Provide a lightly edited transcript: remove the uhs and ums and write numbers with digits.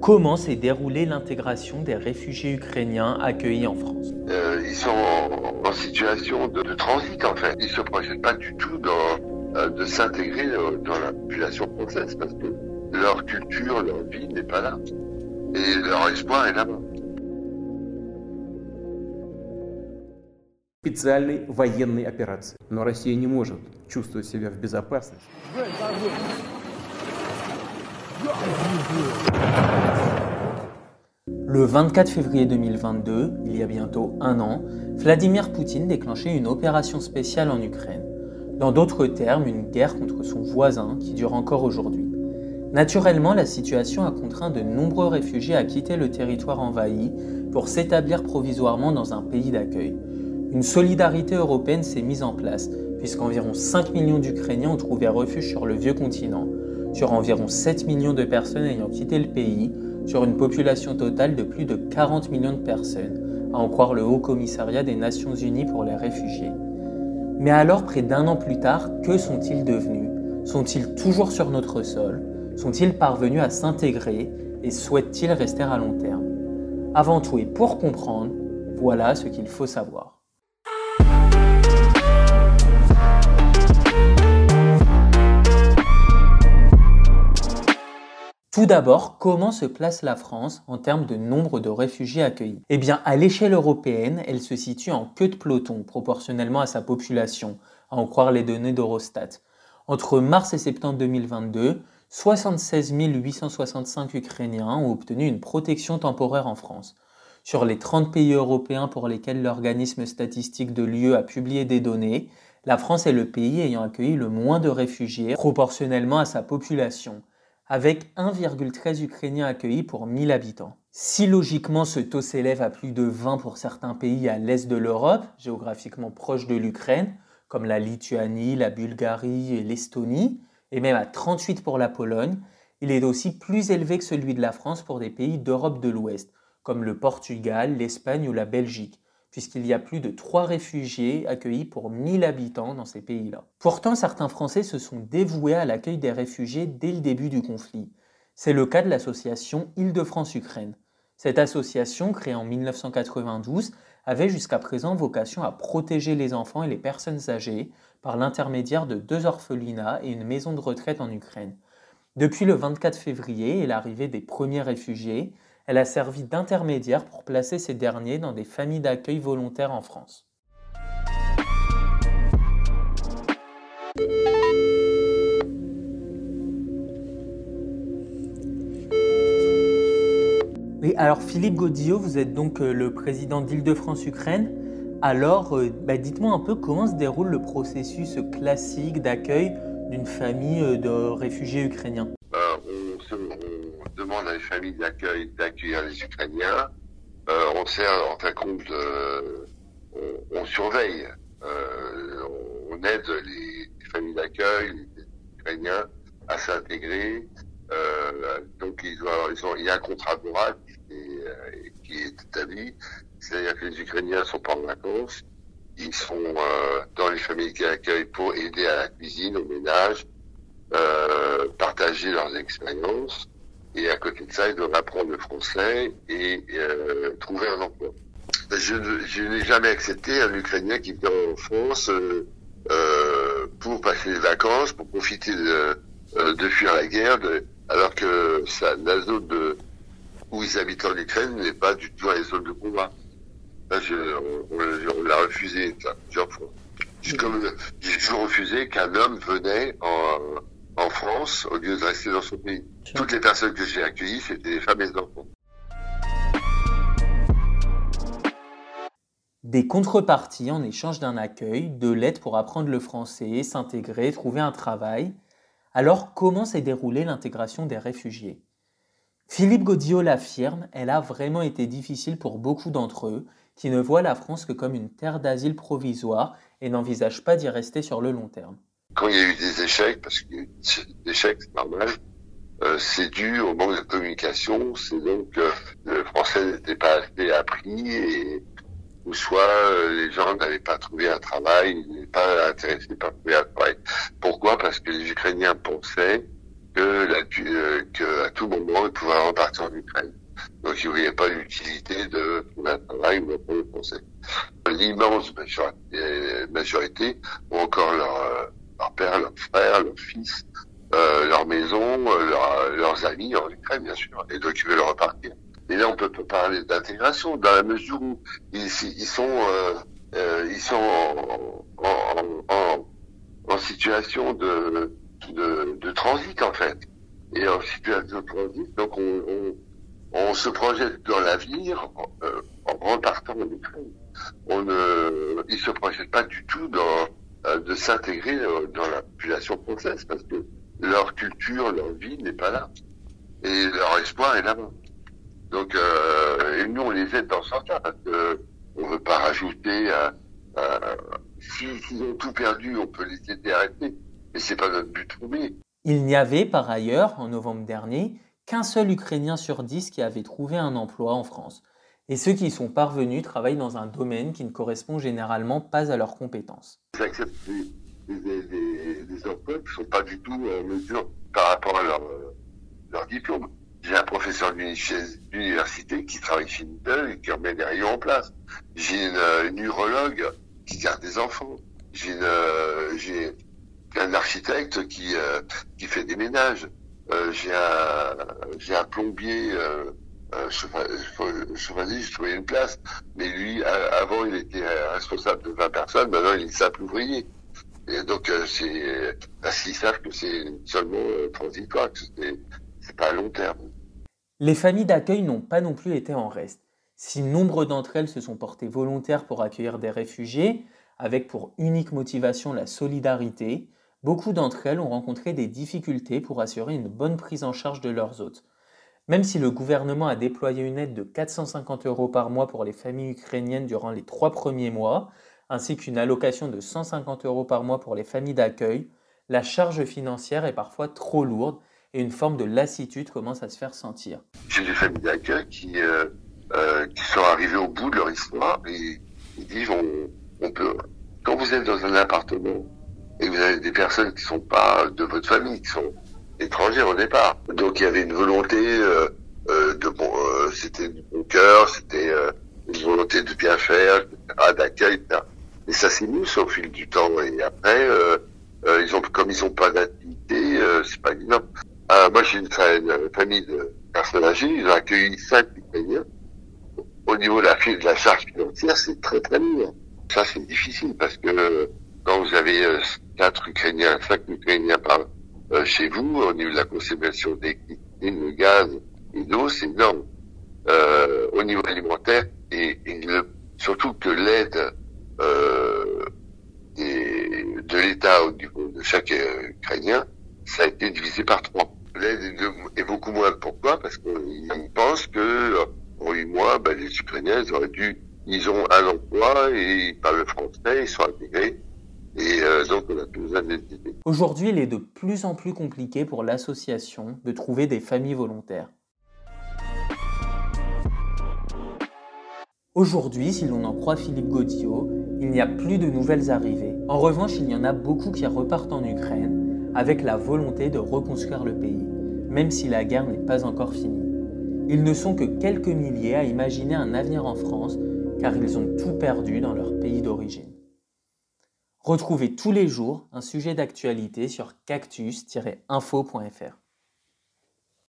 comment s'est déroulée l'intégration des réfugiés ukrainiens accueillis en France? Ils sont en situation de transit en fait. Ils ne se projettent pas du tout de s'intégrer dans la population française parce que leur culture, leur vie n'est pas là. Et leur espoir est là-bas. Специальной военной операции. Но Россия не может чувствовать себя в безопасности. Le 24 février 2022, il y a bientôt un an, Vladimir Poutine déclenchait une opération spéciale en Ukraine. Dans d'autres termes, une guerre contre son voisin qui dure encore aujourd'hui. Naturellement, la situation a contraint de nombreux réfugiés à quitter le territoire envahi pour s'établir provisoirement dans un pays d'accueil. Une solidarité européenne s'est mise en place, puisqu'environ 5 millions d'Ukrainiens ont trouvé refuge sur le vieux continent, sur environ 7 millions de personnes ayant quitté le pays, sur une population totale de plus de 40 millions de personnes, à en croire le Haut Commissariat des Nations Unies pour les réfugiés. Mais alors, près d'un an plus tard, que sont-ils devenus? Sont-ils toujours sur notre sol? Sont-ils parvenus à s'intégrer et souhaitent-ils rester à long terme? Avant tout et pour comprendre, voilà ce qu'il faut savoir. Tout d'abord, comment se place la France en termes de nombre de réfugiés accueillis? Eh bien, à l'échelle européenne, elle se situe en queue de peloton, proportionnellement à sa population, à en croire les données d'Eurostat. Entre mars et septembre 2022, 76 865 Ukrainiens ont obtenu une protection temporaire en France. Sur les 30 pays européens pour lesquels l'organisme statistique de l'UE a publié des données, la France est le pays ayant accueilli le moins de réfugiés, proportionnellement à sa population, avec 1,13 Ukrainiens accueillis pour 1000 habitants. Si logiquement ce taux s'élève à plus de 20 pour certains pays à l'est de l'Europe, géographiquement proches de l'Ukraine, comme la Lituanie, la Bulgarie et l'Estonie, et même à 38 pour la Pologne, il est aussi plus élevé que celui de la France pour des pays d'Europe de l'Ouest, comme le Portugal, l'Espagne ou la Belgique, puisqu'il y a plus de 3 réfugiés accueillis pour 1000 habitants dans ces pays-là. Pourtant, certains Français se sont dévoués à l'accueil des réfugiés dès le début du conflit. C'est le cas de l'association Île-de-France-Ukraine. Cette association, créée en 1992, avait jusqu'à présent vocation à protéger les enfants et les personnes âgées par l'intermédiaire de 2 orphelinats et une maison de retraite en Ukraine. Depuis le 24 février et l'arrivée des premiers réfugiés, elle a servi d'intermédiaire pour placer ces derniers dans des familles d'accueil volontaires en France. Et alors Philippe Godillot, vous êtes donc le président d'Île-de-France-Ukraine. Alors, dites-moi un peu comment se déroule le processus classique d'accueil d'une famille de réfugiés ukrainiens. On demande à les familles d'accueil d'accueillir les Ukrainiens. On surveille, on aide les familles d'accueil, les Ukrainiens à s'intégrer. Donc il y a un contrat moral qui est établi, c'est-à-dire que les Ukrainiens sont pas en vacances, ils sont dans les familles qui accueillent pour aider à la cuisine, au ménage, partager leurs expériences. Et à côté de ça, ils doivent apprendre le français et trouver un emploi. Je n'ai jamais accepté un Ukrainien qui vient en France pour passer les vacances, pour profiter de fuir la guerre, alors que la zone où ils habitent en Ukraine n'est pas du tout dans les zones de combat. Là, on l'a refusé plusieurs fois. J'ai toujours refusé qu'un homme venait en France au lieu de rester dans son pays. Toutes les personnes que j'ai accueillies, c'était des femmes et des enfants. Des contreparties en échange d'un accueil, de l'aide pour apprendre le français, s'intégrer, trouver un travail. Alors, comment s'est déroulée l'intégration des réfugiés? Philippe Godillot l'affirme, elle a vraiment été difficile pour beaucoup d'entre eux, qui ne voient la France que comme une terre d'asile provisoire et n'envisagent pas d'y rester sur le long terme. Quand il y a eu des échecs, parce que des échecs, c'est normal, c'est dû au manque de communication, c'est donc que le français n'était pas assez appris, ou soit les gens n'avaient pas trouvé un travail, ils n'étaient pas intéressés par trouver un travail. Pourquoi? Parce que les Ukrainiens pensaient qu'à tout moment, ils pouvaient repartir en Ukraine. Donc, ils ne voyaient pas l'utilité de trouver un travail ou d'apprendre le français. L'immense majorité ont encore leur père, leur frère, leur fils, leur maison, leurs amis en Ukraine, bien sûr, et donc ils veulent repartir. Et là, on peut pas parler d'intégration dans la mesure où ils sont en situation de transit en fait, et en situation de transit. Donc on se projette dans l'avenir en repartant en Ukraine. Ils se projettent pas du tout de s'intégrer dans la population française parce que leur culture, leur vie n'est pas là et leur espoir est là-bas. Donc et nous on les aide dans ce sens-là parce que on veut pas rajouter. S'ils ont tout perdu, on peut les aider à rester, mais c'est pas notre but premier. Il n'y avait par ailleurs, en novembre dernier, qu'un seul Ukrainien sur 10 qui avait trouvé un emploi en France. Et ceux qui y sont parvenus travaillent dans un domaine qui ne correspond généralement pas à leurs compétences. Ils acceptent des emplois qui ne sont pas du tout en mesure par rapport à leur diplôme. J'ai un professeur d'université qui travaille chez Lidl et qui remet des rayons en place. J'ai une urologue qui garde des enfants. J'ai un architecte qui fait des ménages. J'ai un plombier chauffagiste, je trouvais une place, mais lui, avant, il était responsable de 20 personnes, maintenant, il est simple ouvrier. Et donc, parce qu'ils savent que c'est seulement transitoire, que c'est pas à long terme. Les familles d'accueil n'ont pas non plus été en reste. Si nombre d'entre elles se sont portées volontaires pour accueillir des réfugiés, avec pour unique motivation la solidarité, beaucoup d'entre elles ont rencontré des difficultés pour assurer une bonne prise en charge de leurs hôtes. Même si le gouvernement a déployé une aide de 450 € par mois pour les familles ukrainiennes durant les 3 premiers mois, ainsi qu'une allocation de 150 € par mois pour les familles d'accueil, la charge financière est parfois trop lourde et une forme de lassitude commence à se faire sentir. J'ai des familles d'accueil qui sont arrivées au bout de leur histoire et ils disent on peut. Quand vous êtes dans un appartement et vous avez des personnes qui sont pas de votre famille, qui sont étrangères au départ, donc il y avait une volonté c'était du bon cœur, c'était une volonté de bien faire, etc., d'accueil, etc. Et ça s'émousse au fil du temps et après comme ils ont pas d'activité, c'est pas évident. Moi j'ai une famille de personnes âgées, ils ont accueilli 5 Ukrainiens. Au niveau de la charge financière, c'est très très lourd. Ça c'est difficile parce que quand vous avez 5 Ukrainiens chez vous, au niveau de la consommation d'électricité, de gaz et d'eau, c'est énorme. Au niveau alimentaire surtout que l'aide de l'État au niveau de chaque Ukrainien, ça a été divisé par 3. L'aide est beaucoup moindre. Pourquoi? Parce qu'ils pensent que en 8 mois, les Ukrainiens, ils ont un emploi et ils parlent le français, ils sont intégrés. Et donc, on a plus besoin de les aider. Aujourd'hui, il est de plus en plus compliqué pour l'association de trouver des familles volontaires. Aujourd'hui, si l'on en croit Philippe Godillot, il n'y a plus de nouvelles arrivées. En revanche, il y en a beaucoup qui repartent en Ukraine avec la volonté de reconstruire le pays, même si la guerre n'est pas encore finie. Ils ne sont que quelques milliers à imaginer un avenir en France, car ils ont tout perdu dans leur pays d'origine. Retrouvez tous les jours un sujet d'actualité sur cactus-info.fr.